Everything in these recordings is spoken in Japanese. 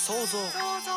想像想像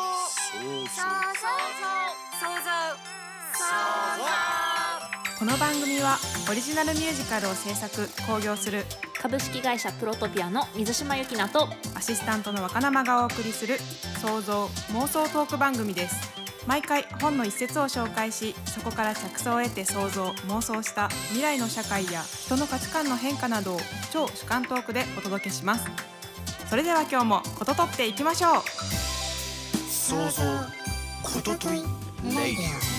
この番組はオリジナルミュージカルを制作・興行する株式会社プロトピアの水島由紀奈とアシスタントの若生がお送りする想像妄想トーク番組です。毎回本の一節を紹介し、そこから着想を得て想像妄想した未来の社会や人の価値観の変化などを超主観トークでお届けします。それでは今日もこととっていきましょう。 想像ことといレディ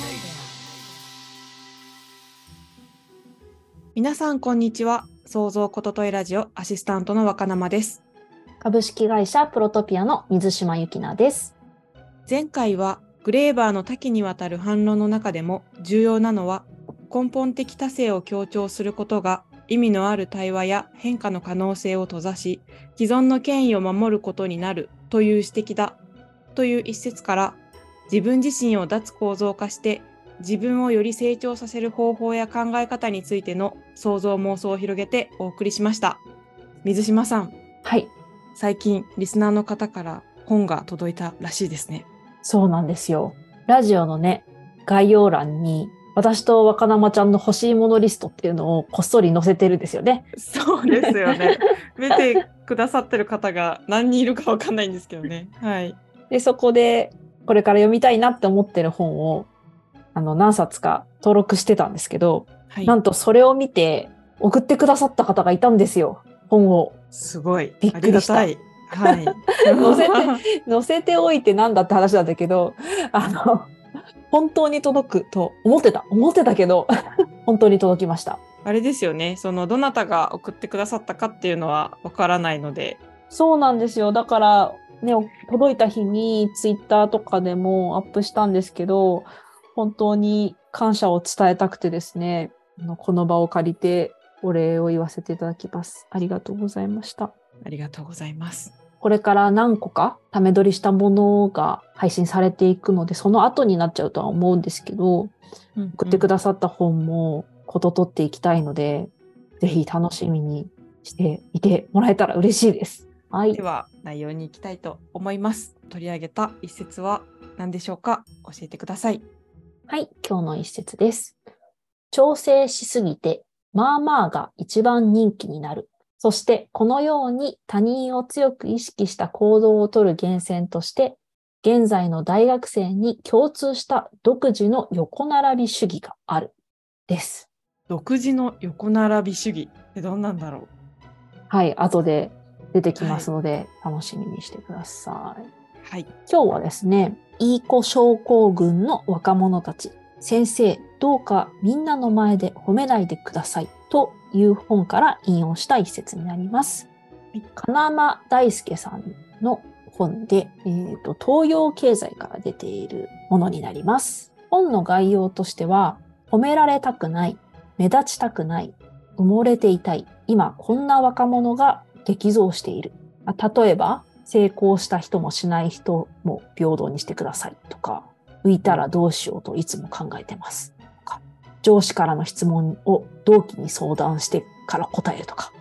皆さんこんにちは。想像ことといラジオアシスタントの若生です。 株式会社プロトピアの水島由紀奈です。 前回はグレーバーの多岐にわたる反論の中でも重要なのは、根本的多性を強調することが意味のある対話や変化の可能性を閉ざし、既存の権威を守ることになるという指摘だという一節から、自分自身を脱構造化して自分をより成長させる方法や考え方についての想像妄想を広げてお送りしました。水島さん、 はい、 最近リスナーの方から本が届いたらしいですね。 そうなんですよ。ラジオのね、概要欄に私と若生ちゃんの欲しいものリストっていうのをこっそり載せてるんですよね。 そうですよね。見てくださってる方が何人いるかわかんないんですけどね。はい。 で、そこでこれから読みたいなって思ってる本を何冊か登録してたんですけど、 はい、 なんとそれを見て送ってくださった方がいたんですよ。本を。 すごい。 びっくりした。 ありがたい。はい。 載せておいてなんだって話なんだけど、本当に届くと思ってたけど、本当に届きました。 あれですよね。どなたが送ってくださったかっていうのはわからないので。 そうなんですよ。だから、ね、届いた日にツイッターとかでもアップしたんですけど、本当に感謝を伝えたくてですね、この場を借りてお礼を言わせていただきます。ありがとうございました。 ありがとうございます。 これから何個かため撮りしたものが配信されていくので、その後になっちゃうとは思うんですけど、送ってくださった本もこと取っていきたいので、ぜひ楽しみにしていてもらえたら嬉しいです。はい。 では内容に行きたいと思います。取り上げた一節は何でしょうか？教えてください。 はい、今日の一節です。調整しすぎて、まあまあが一番人気になる。そしてこのように他人を強く意識した行動をとる源泉として、現在の大学生に共通した独自の横並び主義がある。です。 独自の横並び主義ってどんなんだろう？ はい、後で出てきますので、楽しみにしてください。 はい。 今日はですね、いい子症候群の若者たち、先生、どうかみんなの前で褒めないでくださいという本から引用した一節になります。金間大輔さんの本で、東洋経済から出ているものになります。本の概要としては、褒められたくない、目立ちたくない、埋もれていたい、今こんな若者が激増している。例えば、成功した人もしない人も平等にしてくださいとか、浮いたらどうしようといつも考えてますとか、上司からの質問を同期に相談してから答えるとか。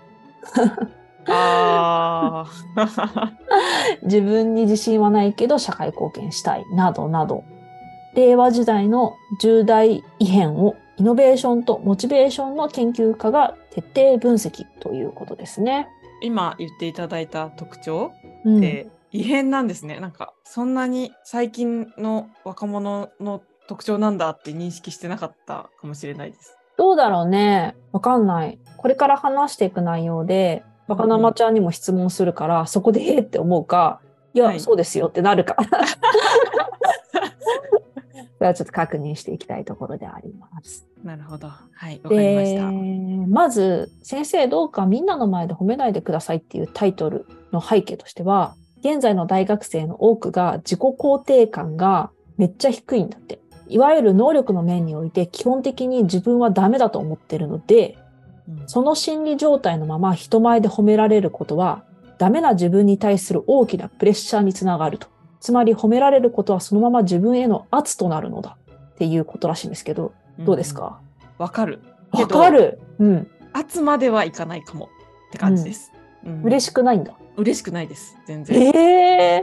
自分に自信はないけど社会貢献したいなどなど、令和時代の重大異変をイノベーションとモチベーションの研究家が徹底分析ということですね。 今言っていただいた特徴って異変なんですね。なんかそんなに最近の若者の特徴なんだって認識してなかったかもしれないです。 どうだろうね。わかんない。これから話していく内容で、若生ちゃんにも質問するから、そこでって思うか、いや、そうですよってなるか。それはちょっと確認していきたいところであります。 なるほど。はい、わかりました。 まず、先生どうかみんなの前で褒めないでくださいっていうタイトルの背景としては、現在の大学生の多くが自己肯定感がめっちゃ低いんだって。いわゆる能力の面において基本的に自分はダメだと思ってるので、その心理状態のまま人前で褒められることは、ダメな自分に対する大きなプレッシャーにつながると。つまり褒められることはそのまま自分への圧となるのだっていうことらしいんですけど、どうですか？ わかる。 わかる。 圧まではいかないかもって感じです。 嬉しくないんだ。 嬉しくないです。全然。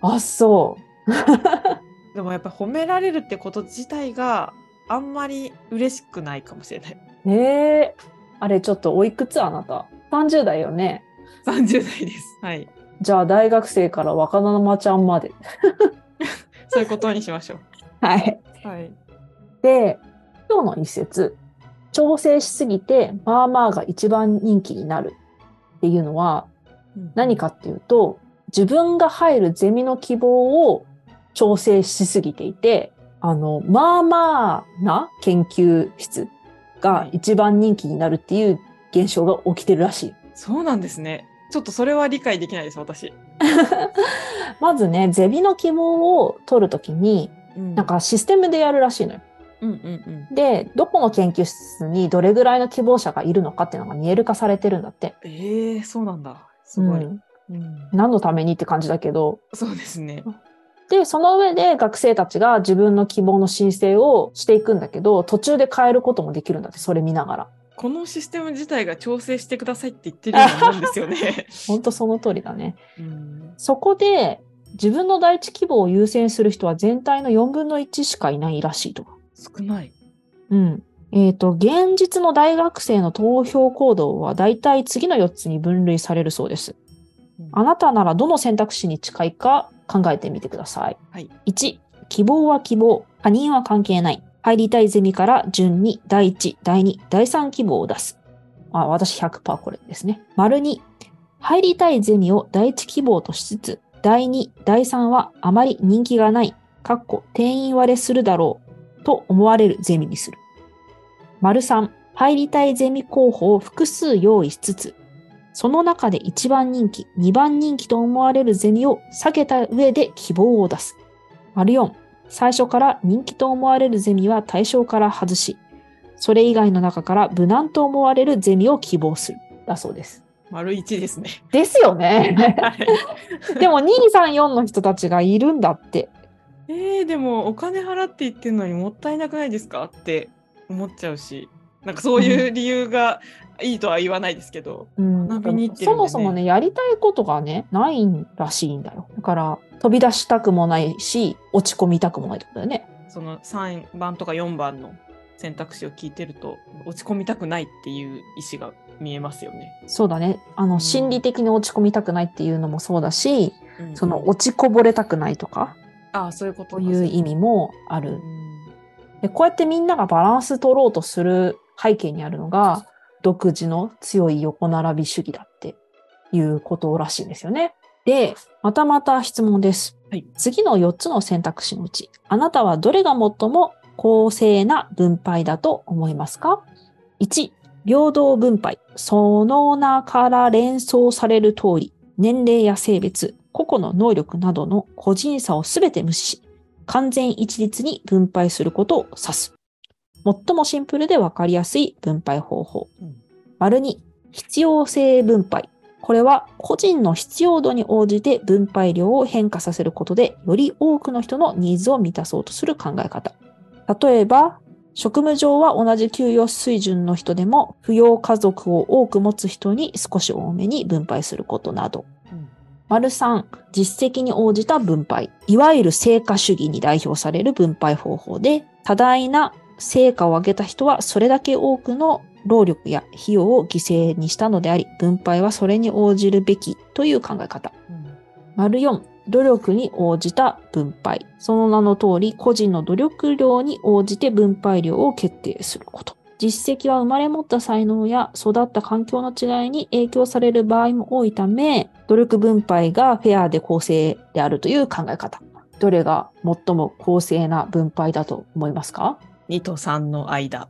あ、そでもやっぱ褒められるってこと自体があんまり嬉しくないかもしれない。 う。あれちょっとおいくつあなた？ 30 代よね。 30代です。はい。 じゃあ大学生から若生ちゃんまで。 そういうことにしましょう。 はい。 はい。 で、今日の一節、調整しすぎてまあまあが一番人気になるっていうのは何かっていうと、自分が入るゼミの希望を調整しすぎていて、まあまあな研究室が一番人気になるっていう現象が起きてるらしい。 そうなんですね。ちょっとそれは理解できないです、私。 まずね、ゼミの希望を取るときに、なんかシステムでやるらしいのよ。で、どこの研究室にどれぐらいの希望者がいるのかっていうのが見える化されてるんだって。 そうなんだ。すごい。 何のためにって感じだけど。 そうですね。 で、その上で学生たちが自分の希望の申請をしていくんだけど、途中で変えることもできるんだって、それ見ながら。 このシステム自体が調整してくださいって言ってるようなもんですよね。 本当その通りだね。そこで自分の第一希望を優先する人は全体の4分の1しかいないらしいと。 少ない。 現実の大学生の投票行動はだいたい次の4つに分類されるそうです。あなたならどの選択肢に近いか考えてみてください。 はい、 1、希望は希望、他人は関係ない。入りたいゼミから順に第1、第2、第3希望を出す。私 100% これですね。丸2、入りたいゼミを第1希望としつつ、第2、第3はあまり人気がない、定員割れするだろうと思われるゼミにする。丸3、入りたいゼミ候補を複数用意しつつ、その中で1番人気、2番人気と思われるゼミを避けた上で希望を出す。丸4、最初から人気と思われるゼミは対象から外し、それ以外の中から無難と思われるゼミを希望する。だそうです。 丸1ですね。 ですよね。でも2、3、4の人たちがいるんだって。 でもお金払って言ってるのにもったいなくないですかって思っちゃうし、なんかそういう理由がいいとは言わないですけど、学びに行ってるんでね。 そもそもね、やりたいことがね、ないらしいんだよ。だから飛び出したくもないし、落ち込みたくもないってことだよね。 その3番とか4番の選択肢を聞いてると、落ち込みたくないっていう意思が見えますよね。 そうだね。心理的に落ち込みたくないっていうのもそうだし、その落ちこぼれたくないとか、 そういうことという意味もある。で、こうやってみんながバランス取ろうとする背景にあるのが、独自の強い横並び主義だっていうことらしいんですよね。で、また質問です。 はい、 次の4つの選択肢のうち、あなたはどれが最も公正な分配だと思いますか？ 1、平等分配。その名から連想される通り、年齢や性別、個々の能力などの個人差をすべて無視し、完全一律に分配することを指す。最もシンプルで分かりやすい分配方法。丸2、必要性分配。これは個人の必要度に応じて分配量を変化させることで、より多くの人のニーズを満たそうとする考え方。例えば、職務上は同じ給与水準の人でも、扶養家族を多く持つ人に少し多めに分配することなど。丸3、実績に応じた分配。いわゆる成果主義に代表される分配方法で、多大な成果を上げた人はそれだけ多くの労力や費用を犠牲にしたのであり、分配はそれに応じるべきという考え方。丸4、努力に応じた分配。その名の通り、個人の努力量に応じて分配量を決定すること。実績は生まれ持った才能や育った環境の違いに影響される場合も多いため、努力分配がフェアで公正であるという考え方。どれが最も公正な分配だと思いますか ？2と3の間。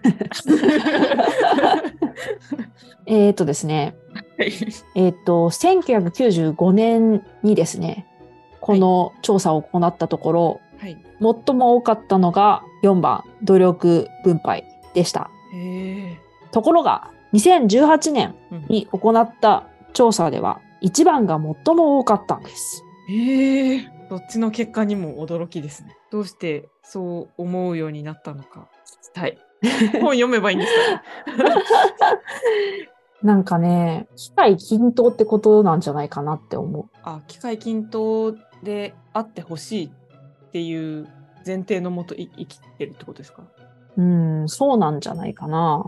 ですね。1995年にですね、この調査を行ったところ、最も多かったのが4番、努力分配でした。ところが、2018年に行った調査では、1番が最も多かったんです。 どっちの結果にも驚きですね。どうしてそう思うようになったのか聞きたい。本読めばいいんですかね。 なんかね、機会均等ってことなんじゃないかなって思機会均等であってほしいっていう前提のもと生きてるってことですか？ う。そうなんじゃないかな。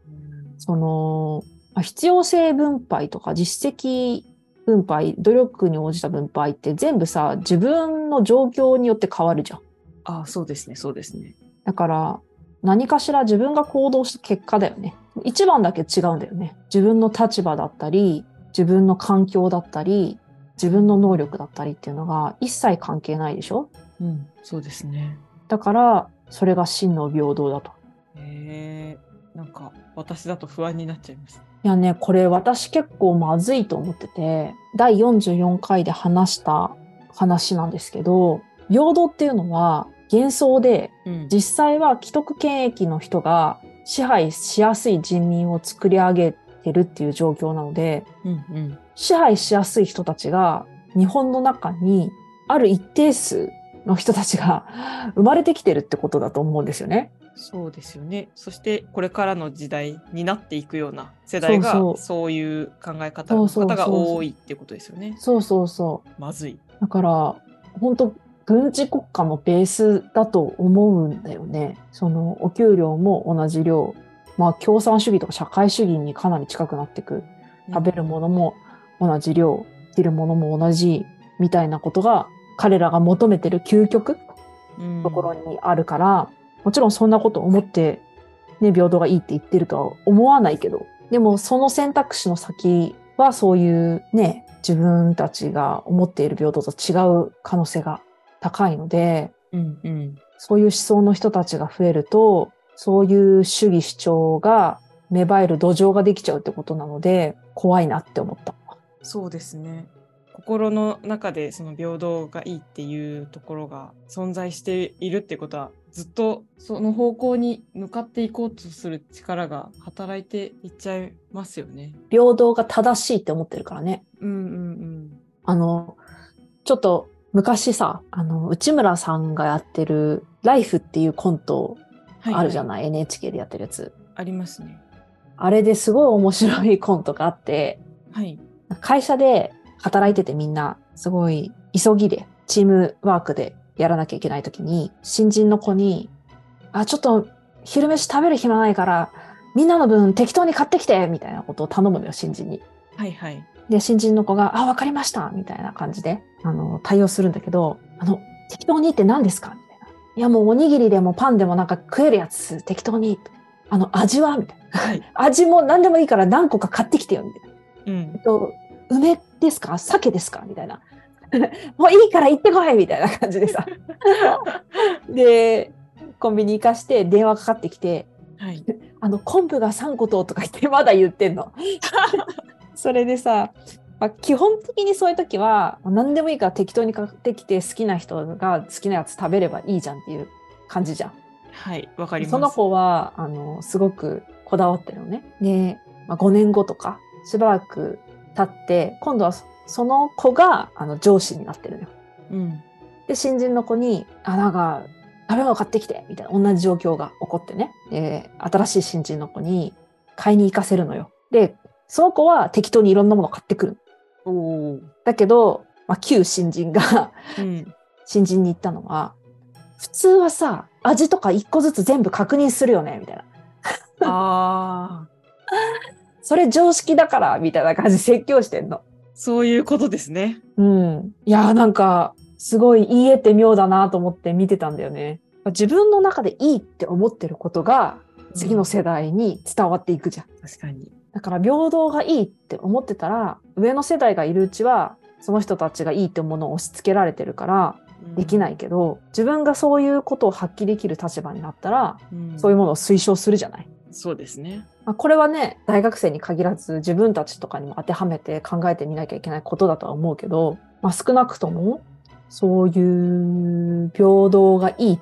必要性分配とか実績分配、努力に応じた分配って全部さ、自分の状況によって変わるじゃん。 そうですね、そうですね。 だから、何かしら自分が行動した結果だよね。一番だけ違うんだよね。自分の立場だったり、自分の環境だったり、自分の能力だったりっていうのが一切関係ないでしょ？ そうですね。 だから、それが真の平等だと。 なんか私だと不安になっちゃいます。 いやね、これ私結構まずいと思ってて、第44回で話した話なんですけど、平等っていうのは幻想で、実際は既得権益の人が支配しやすい人民を作り上げてるっていう状況なので、支配しやすい人たちが日本の中にある一定数の人たちが生まれてきてるってことだと思うんですよね。 そうですよね。そしてこれからの時代になっていくような世代がそういう考え方の方が多いってことですよね。 まずい。 だから本当軍事国家のベースだと思うんだよね。そのお給料も同じ量、共産主義とか社会主義にかなり近くなってくる。食べるものも同じ量、着るものも同じみたいなことが彼らが求めてる究極のところにあるから、もちろんそんなこと思って、ね、平等がいいって言ってるとは思わないけど、でもその選択肢の先はそういうね、自分たちが思っている平等と違う可能性が高いので、そういう思想の人たちが増えると、そういう主義主張が芽生える土壌ができちゃうってことなので、怖いなって思った。 そうですね。心の中でその平等がいいっていうところが存在しているってことは、ずっとその方向に向かっていこうとする力が働いていっちゃいますよね。 平等が正しいって思ってるからね。ちょっと昔さ、内村さんがやってるライフっていうコントあるじゃない、NHK でやってるやつ。 ありますね。 あれですごい面白いコントがあって、会社で働いててみんなすごい急ぎでチームワークでやらなきゃいけないときに、新人の子に、ちょっと昼飯食べる暇ないからみんなの分適当に買ってきてみたいなことを頼むのよ、新人に。で、新人の子が、わかりましたみたいな感じで、対応するんだけど、適当にって何ですかみたいな。いや、もうおにぎりでもパンでもなんか食えるやつ、適当に。味はみたいな。味も何でもいいから何個か買ってきてよ、みたいな。梅ですか？鮭ですか？みたいな。もういいから行ってこいみたいな感じでさ。で、コンビニ行かして電話かかってきて、昆布が3個とか言ってまだ言ってんの。それでさ、基本的にそういう時は何でもいいから適当に買ってきて好きな人が好きなやつ食べればいいじゃんっていう感じじゃん。 わかります。 その子はすごくこだわってるのね。で、5年後とかしばらく経って今度はその子が上司になってるのよ。で、新人の子になんか食べ物買ってきてみたいな同じ状況が起こってね。新しい新人の子に買いに行かせるのよ。で、その子は適当にいろんなものを買ってくる。だけど、旧新人が新人に言ったのは、普通はさ、味とか一個ずつ全部確認するよねみたいな。それ常識だからみたいな感じで説教してんの。 そういうことですね。 いや、なんかすごい言い得て妙だなと思って見てたんだよね。自分の中でいいって思ってることが次の世代に伝わっていくじゃん。 確かに。 だから平等がいいって思ってたら、上の世代がいるうちはその人たちがいいってものを押し付けられてるからできないけど、自分がそういうことを発揮できる立場になったら、そういうものを推奨するじゃない。 そうですね。 これはね、大学生に限らず自分たちとかにも当てはめて考えてみなきゃいけないことだとは思うけど、少なくともそういう平等がいいって、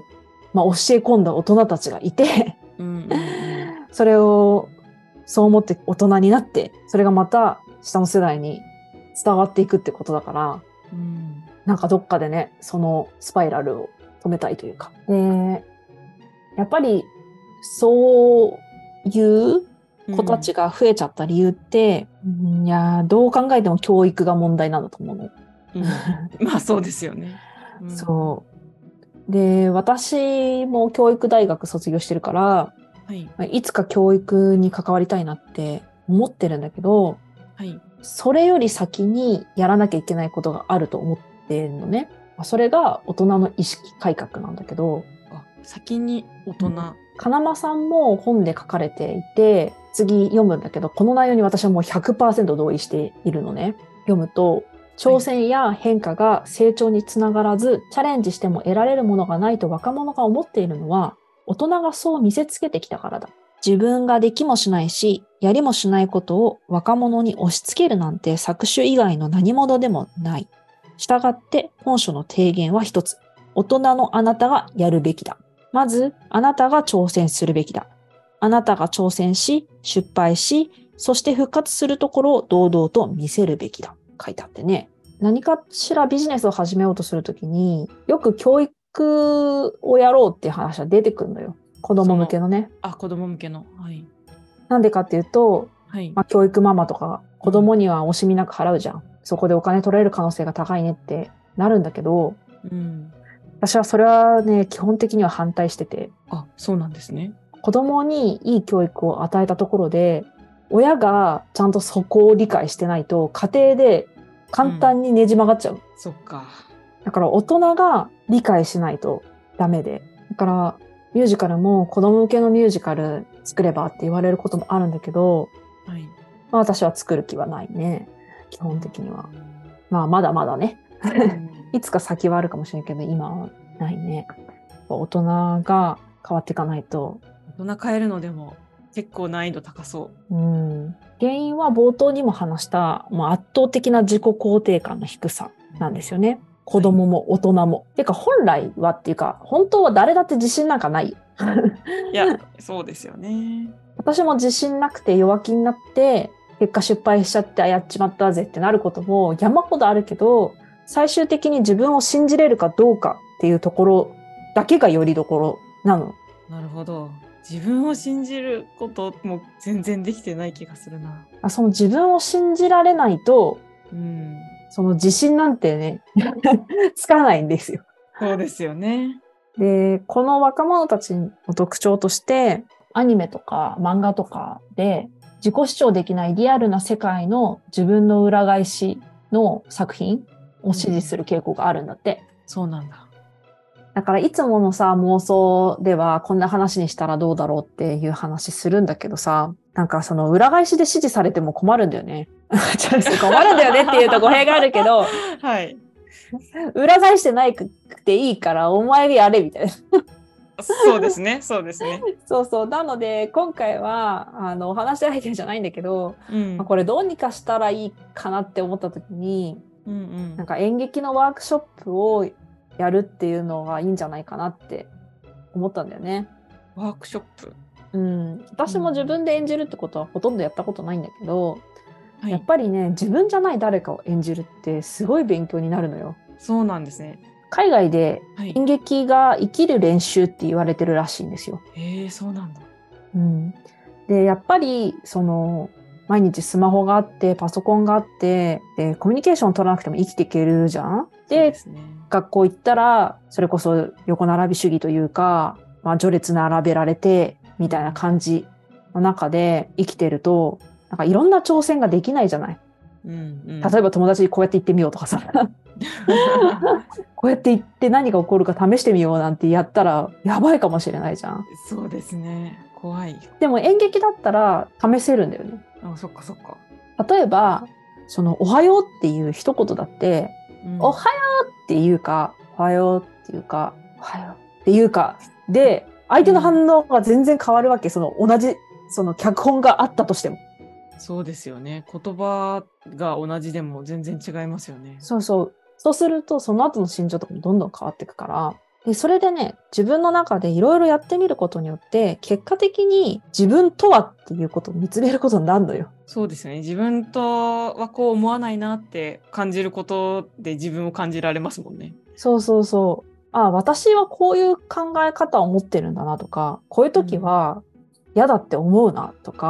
教え込んだ大人たちがいてそれをそう思って大人になって、それがまた下の世代に伝わっていくってことだから、なんかどっかでね、そのスパイラルを止めたいというか。やっぱりそういう子たちが増えちゃった理由って、いやどう考えても教育が問題なんだと思うの。 まあそうですよね。 そうで、私も教育大学卒業してるから、いつか教育に関わりたいなって思ってるんだけど、それより先にやらなきゃいけないことがあると思ってるのね。それが大人の意識改革なんだけど。 先に大人。 金間さんも本で書かれていて、次読むんだけど、この内容に私はもう 100% 同意しているのね。読むと、挑戦や変化が成長につながらず、チャレンジしても得られるものがないと若者が思っているのは、大人がそう見せつけてきたからだ。自分ができもしないし、やりもしないことを若者に押し付けるなんて搾取以外の何者でもない。したがって本書の提言は一つ。大人のあなたがやるべきだ。まず、あなたが挑戦するべきだ。あなたが挑戦し、失敗し、そして復活するところを堂々と見せるべきだ。書いてあってね。何かしらビジネスを始めようとするときに、よく教育をやろうっていう話は出てくるのよ。子供向けのね。 子供向けの。 なんでかっていうと、教育ママとか子供には惜しみなく払うじゃん。そこでお金取られる可能性が高いねってなるんだけど、私はそれはね、基本的には反対してて。 そうなんですね。 子供にいい教育を与えたところで、親がちゃんとそこを理解してないと、家庭で簡単にねじ曲がっちゃう。 そっか。 だから大人が理解しないとダメで。だからミュージカルも子供向けのミュージカル作ればって言われることもあるんだけど、私は作る気はないね。基本的には。まだまだね。いつか先はあるかもしれないけど、今はないね。大人が変わっていかないと。 大人変えるのでも結構難易度高そう。 原因は冒頭にも話した、圧倒的な自己肯定感の低さなんですよね。子供も大人も。てか本来はっていうか、本当は誰だって自信なんかない。 いや、そうですよね。 私も自信なくて弱気になって、結果失敗しちゃってやっちまったぜってなることも山ほどあるけど、最終的に自分を信じれるかどうかっていうところだけがよりどころなの。 なるほど。自分を信じることも全然できてない気がするな。 その自分を信じられないと、その自信なんてね、つかないんですよ。 そうですよね。 で、この若者たちの特徴として、アニメとか漫画とかで自己主張できないリアルな世界の自分の裏返しの作品を支持する傾向があるんだって。 そうなんだ。 だからいつものさ、妄想ではこんな話にしたらどうだろうっていう話するんだけどさ、なんかその裏返しで支持されても困るんだよね。困るんだよねっていうと語弊があるけど、裏返してないくていいからお前でやれみたいな。 そうですね、そうですね。 そう。なので今回はお話し相手じゃないんだけど、これどうにかしたらいいかなって思った時に、なんか演劇のワークショップをやるっていうのがいいんじゃないかなって思ったんだよね。 ワークショップ。 私も自分で演じるってことはほとんどやったことないんだけど、やっぱりね、自分じゃない誰かを演じるってすごい勉強になるのよ。 そうなんですね。 海外で演劇が生きる練習って言われてるらしいんですよ。 そうなんだ。 で、やっぱりその毎日スマホがあってパソコンがあってでコミュニケーションを取らなくても生きていけるじゃん。で、学校行ったらそれこそ横並び主義というか、序列並べられてみたいな感じの中で生きてると、なんかいろんな挑戦ができないじゃない。例えば友達にこうやって言ってみようとかさこうやって言って何が起こるか試してみようなんてやったらやばいかもしれないじゃん。 そうですね。怖い。 でも演劇だったら試せるんだよね。 そっかそっか。 例えばそのおはようっていう一言だって、おはようっていうかおはようっていうかおはようっていうかで相手の反応が全然変わるわけ。その同じその脚本があったとしても。 そうですよね。言葉が同じでも全然違いますよね。 そうするとその後の心情とかもどんどん変わっていくから、でそれでね、自分の中でいろいろやってみることによって結果的に自分とはっていうことを見つめることになるのよ。 そうですね。自分とはこう思わないなって感じることで自分を感じられますもんね。 私はこういう考え方を持ってるんだなとか、こういう時は嫌だって思うなとか、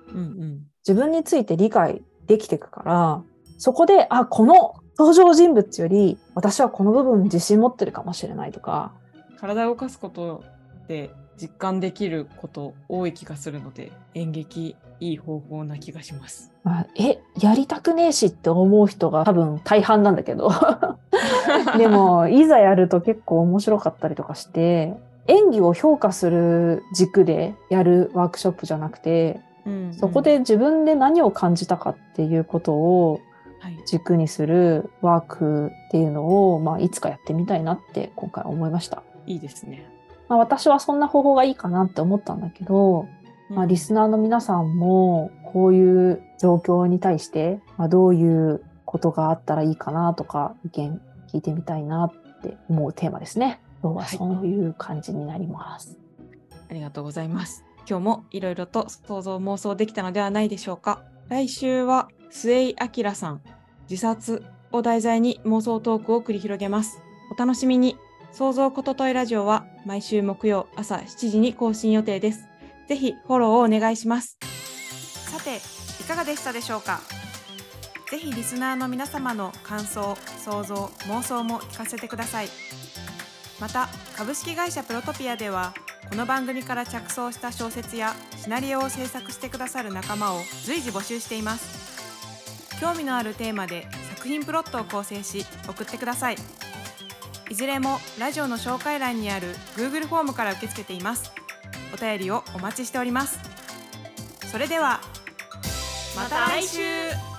自分について理解できていくから、そこで、この登場人物より私はこの部分自信持ってるかもしれないとか。 体を動かすことで実感できること多い気がするので、演劇いい方法な気がします。 やりたくねえしって思う人が多分大半なんだけどでもいざやると結構面白かったりとかして、演技を評価する軸でやるワークショップじゃなくて、そこで自分で何を感じたかっていうことを軸にするワークっていうのを、いつかやってみたいなって今回思いました。 いいですね。 私はそんな方法がいいかなって思ったんだけど、リスナーの皆さんもこういう状況に対して、どういうことがあったらいいかなとか意見聞いてみたいなって思うテーマですね。今日はそういう感じになります。 ありがとうございます。今日もいろいろと想像妄想できたのではないでしょうか。来週は末井明さん、自殺を題材に妄想トークを繰り広げます。お楽しみに。想像ことといラジオは毎週木曜朝7時に更新予定です。ぜひフォローをお願いします。さて、いかがでしたでしょうか。ぜひリスナーの皆様の感想、想像、妄想も聞かせてください。また、株式会社プロトピアでは、この番組から着想した小説やシナリオを制作してくださる仲間を随時募集しています。興味のあるテーマで作品プロットを構成し送ってください。いずれもラジオの紹介欄にある Google フォームから受け付けています。お便りをお待ちしております。それではまた来週。